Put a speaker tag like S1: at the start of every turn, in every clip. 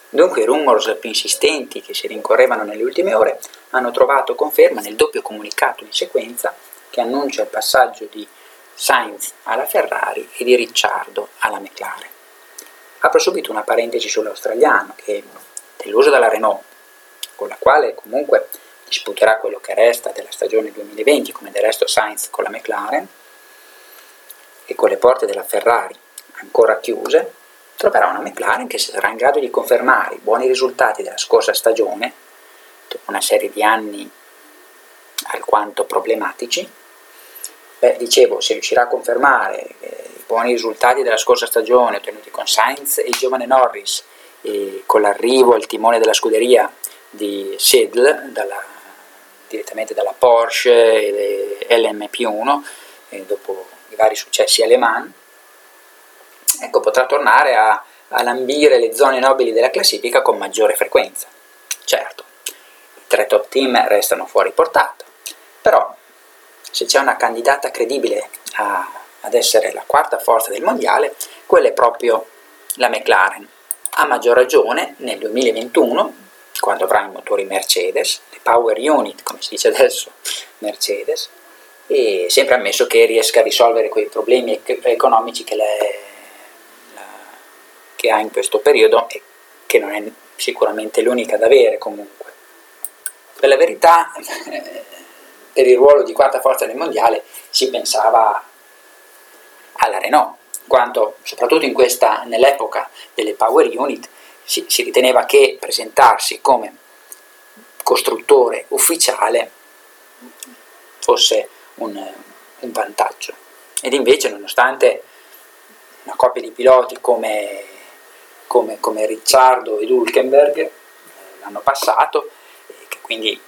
S1: Dunque i rumors più insistenti che si rincorrevano nelle ultime ore hanno trovato conferma nel doppio comunicato in sequenza che annuncia il passaggio di Sainz alla Ferrari e di Ricciardo alla McLaren. Apro subito una parentesi sull'australiano che, deluso dalla Renault, con la quale comunque disputerà quello che resta della stagione 2020, come del resto Sainz con la McLaren, e con le porte della Ferrari ancora chiuse, troverà una McLaren che sarà in grado di confermare i buoni risultati della scorsa stagione, dopo una serie di anni alquanto problematici. Dicevo, se riuscirà a confermare i buoni risultati della scorsa stagione ottenuti con Sainz e il giovane Norris, e con l'arrivo al timone della scuderia di Seidl, direttamente dalla Porsche e LMP1, dopo i vari successi a Le Mans, ecco, potrà tornare a lambire le zone nobili della classifica con maggiore frequenza. Certo, i 3 top team restano fuori portata, però se c'è una candidata credibile ad essere la quarta forza del mondiale, quella è proprio la McLaren. A maggior ragione nel 2021, quando avrà i motori Mercedes, le power unit, come si dice adesso, Mercedes, e sempre ammesso che riesca a risolvere quei problemi economici che ha in questo periodo e che non è sicuramente l'unica ad avere comunque. Per la verità, per il ruolo di quarta forza del mondiale si pensava alla Renault, quanto soprattutto nell'epoca delle power unit si riteneva che presentarsi come costruttore ufficiale fosse un vantaggio. Ed invece, nonostante una coppia di piloti come Ricciardo ed Hülkenberg l'anno passato, che quindi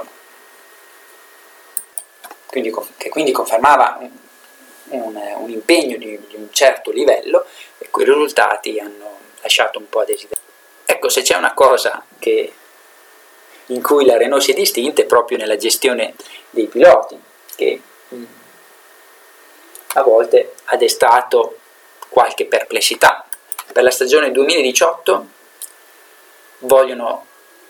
S1: confermava un impegno di un certo livello, e quei risultati hanno lasciato un po' a desiderare. Ecco, se c'è una cosa in cui la Renault si è distinta è proprio nella gestione dei piloti, che a volte ha destato qualche perplessità. Per la stagione 2018 vogliono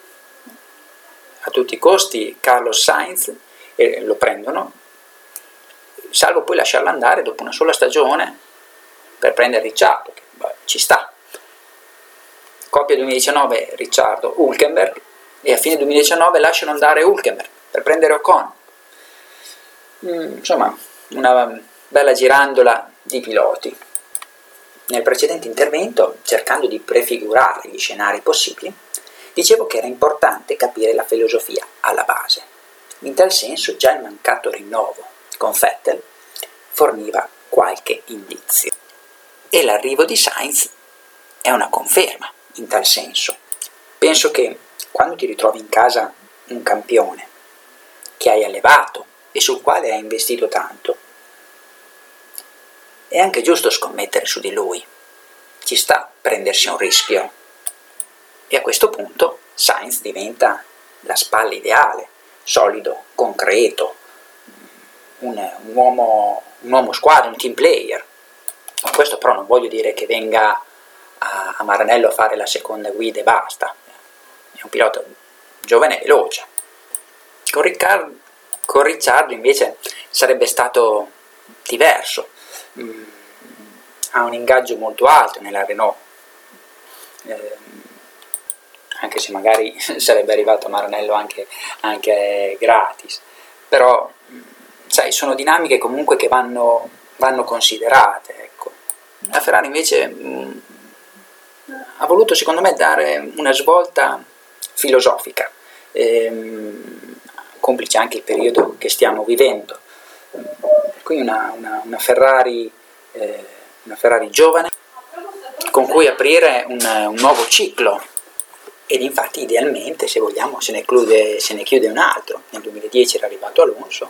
S1: a tutti i costi Carlos Sainz e lo prendono, salvo poi lasciarlo andare dopo una sola stagione per prendere Ricciardo, che ci sta. Coppia 2019 Ricciardo-Hülkenberg, e a fine 2019 lasciano andare Hülkenberg per prendere Ocon. Insomma, una bella girandola di piloti. Nel precedente intervento, cercando di prefigurare gli scenari possibili, dicevo che era importante capire la filosofia alla base. In tal senso già il mancato rinnovo con Vettel forniva qualche indizio. E l'arrivo di Sainz è una conferma in tal senso. Penso che quando ti ritrovi in casa un campione che hai allevato e sul quale hai investito tanto, è anche giusto scommettere su di lui. Ci sta prendersi un rischio. E a questo punto Sainz diventa la spalla ideale, solido, concreto, un uomo squadra, un team player. Con questo però non voglio dire che venga a Maranello a fare la seconda guida e basta. È un pilota giovane e veloce. Con Ricciardo invece sarebbe stato diverso. Ha un ingaggio molto alto nella Renault, anche se magari sarebbe arrivato a Maranello anche gratis, però sai, sono dinamiche comunque che vanno considerate, ecco. La Ferrari invece ha voluto, secondo me, dare una svolta filosofica, complice anche il periodo che stiamo vivendo, per cui una Ferrari giovane con cui aprire un nuovo ciclo. Ed infatti idealmente, se vogliamo, se ne chiude un altro. Nel 2010 era arrivato Alonso,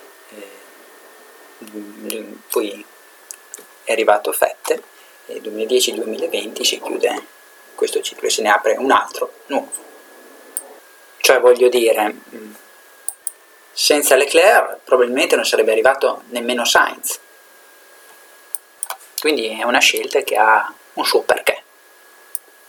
S1: poi è arrivato Vettel, e 2010-2020 si chiude questo ciclo e se ne apre un altro nuovo. Cioè, voglio dire, senza Leclerc probabilmente non sarebbe arrivato nemmeno Sainz. Quindi è una scelta che ha un suo perché.